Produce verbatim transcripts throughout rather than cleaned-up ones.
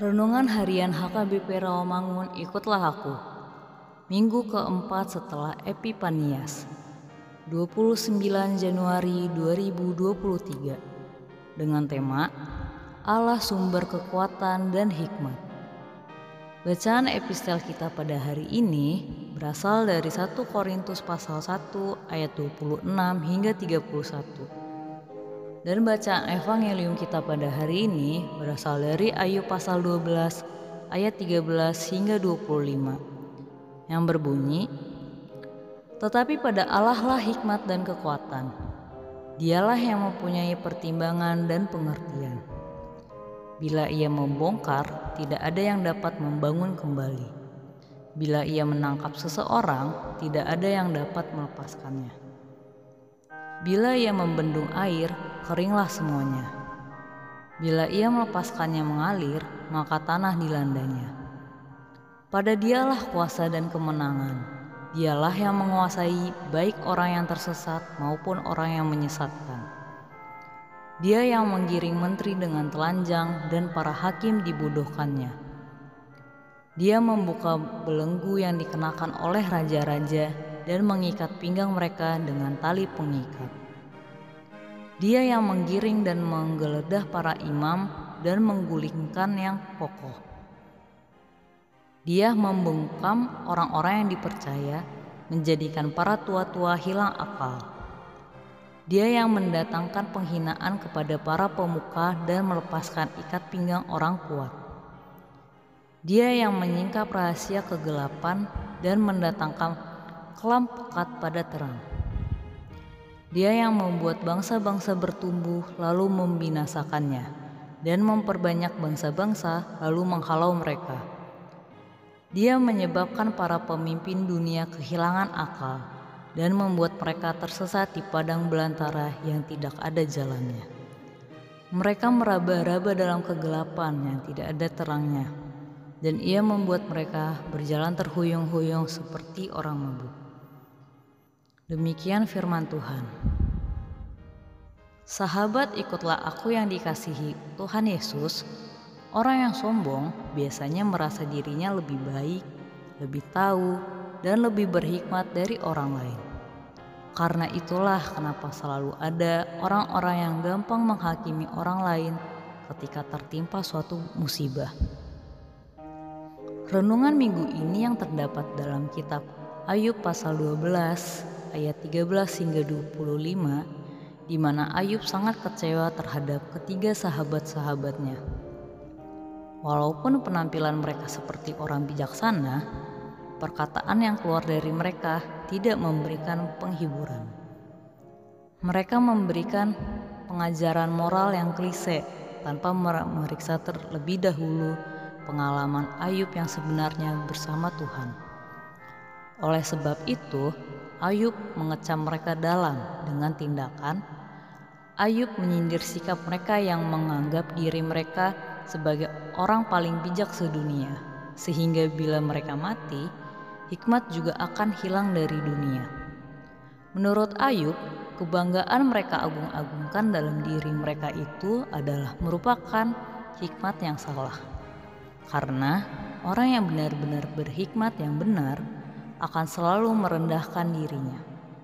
Renungan Harian H K B P Rawamangun, ikutlah aku. Minggu keempat setelah Epifanias, dua puluh sembilan Januari dua ribu dua puluh tiga, dengan tema Allah sumber kekuatan dan hikmat. Bacaan epistel kita pada hari ini berasal dari satu Korintus pasal satu ayat dua puluh enam hingga tiga puluh satu. Dan bacaan evangelium kita pada hari ini berasal dari Ayub pasal dua belas ayat tiga belas hingga dua puluh lima, yang berbunyi, "Tetapi pada Allah lah hikmat dan kekuatan. Dialah yang mempunyai pertimbangan dan pengertian. Bila ia membongkar, tidak ada yang dapat membangun kembali. Bila ia menangkap seseorang, tidak ada yang dapat melepaskannya. Bila ia membendung air, keringlah semuanya. Bila ia melepaskannya mengalir, maka tanah dilandanya. Pada Dialah kuasa dan kemenangan. Dialah yang menguasai baik orang yang tersesat maupun orang yang menyesatkan. Dia yang menggiring menteri dengan telanjang dan para hakim dibodohkannya. Dia membuka belenggu yang dikenakan oleh raja-raja dan mengikat pinggang mereka dengan tali pengikat. Dia yang menggiring dan menggeledah para imam dan menggulingkan yang kokoh. Dia membungkam orang-orang yang dipercaya, menjadikan para tua-tua hilang akal. Dia yang mendatangkan penghinaan kepada para pemuka dan melepaskan ikat pinggang orang kuat. Dia yang menyingkap rahasia kegelapan dan mendatangkan kelam pekat pada terang. Dia yang membuat bangsa-bangsa bertumbuh lalu membinasakannya, dan memperbanyak bangsa-bangsa lalu menghalau mereka. Dia menyebabkan para pemimpin dunia kehilangan akal, dan membuat mereka tersesat di padang belantara yang tidak ada jalannya. Mereka meraba-raba dalam kegelapan yang tidak ada terangnya, dan ia membuat mereka berjalan terhuyung-huyung seperti orang mabuk." Demikian firman Tuhan. Sahabat, ikutlah aku yang dikasihi Tuhan Yesus. Orang yang sombong biasanya merasa dirinya lebih baik, lebih tahu, dan lebih berhikmat dari orang lain. Karena itulah kenapa selalu ada orang-orang yang gampang menghakimi orang lain ketika tertimpa suatu musibah. Renungan minggu ini yang terdapat dalam kitab Ayub pasal dua belas ayat tiga belas hingga dua puluh lima, di mana Ayub sangat kecewa terhadap ketiga sahabat-sahabatnya. Walaupun penampilan mereka seperti orang bijaksana, perkataan yang keluar dari mereka tidak memberikan penghiburan. Mereka memberikan pengajaran moral yang klise tanpa meriksa terlebih dahulu pengalaman Ayub yang sebenarnya bersama Tuhan. Oleh sebab itu, Ayub mengecam mereka dalam dengan tindakan. Ayub menyindir sikap mereka yang menganggap diri mereka sebagai orang paling bijak sedunia, sehingga bila mereka mati, hikmat juga akan hilang dari dunia. Menurut Ayub, kebanggaan mereka agung-agungkan dalam diri mereka itu adalah merupakan hikmat yang salah. Karena orang yang benar-benar berhikmat yang benar akan selalu merendahkan dirinya.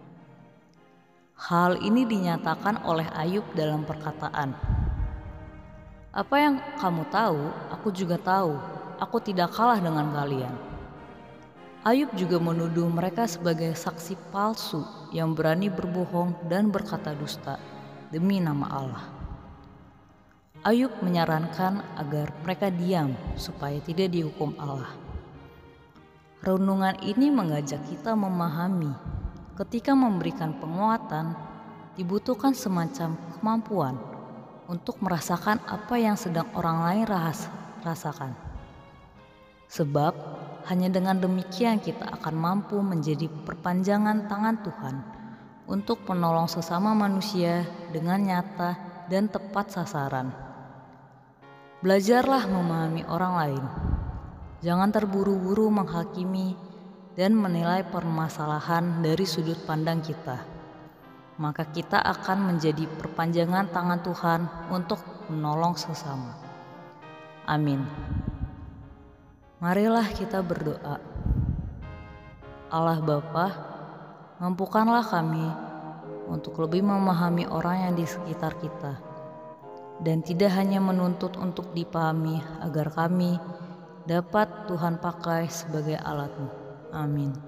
Hal ini dinyatakan oleh Ayub dalam perkataan, "Apa yang kamu tahu, aku juga tahu. Aku tidak kalah dengan kalian." Ayub juga menuduh mereka sebagai saksi palsu yang berani berbohong dan berkata dusta demi nama Allah. Ayub menyarankan agar mereka diam supaya tidak dihukum Allah. Renungan ini mengajak kita memahami, ketika memberikan penguatan, dibutuhkan semacam kemampuan untuk merasakan apa yang sedang orang lain rahas, rasakan. Sebab hanya dengan demikian kita akan mampu menjadi perpanjangan tangan Tuhan untuk menolong sesama manusia dengan nyata dan tepat sasaran. Belajarlah memahami orang lain. Jangan terburu-buru menghakimi dan menilai permasalahan dari sudut pandang kita. Maka kita akan menjadi perpanjangan tangan Tuhan untuk menolong sesama. Amin. Marilah kita berdoa. Allah Bapa, mampukanlah kami untuk lebih memahami orang yang di sekitar kita, dan tidak hanya menuntut untuk dipahami agar kami dapat Tuhan pakai sebagai alat-Mu. Amin.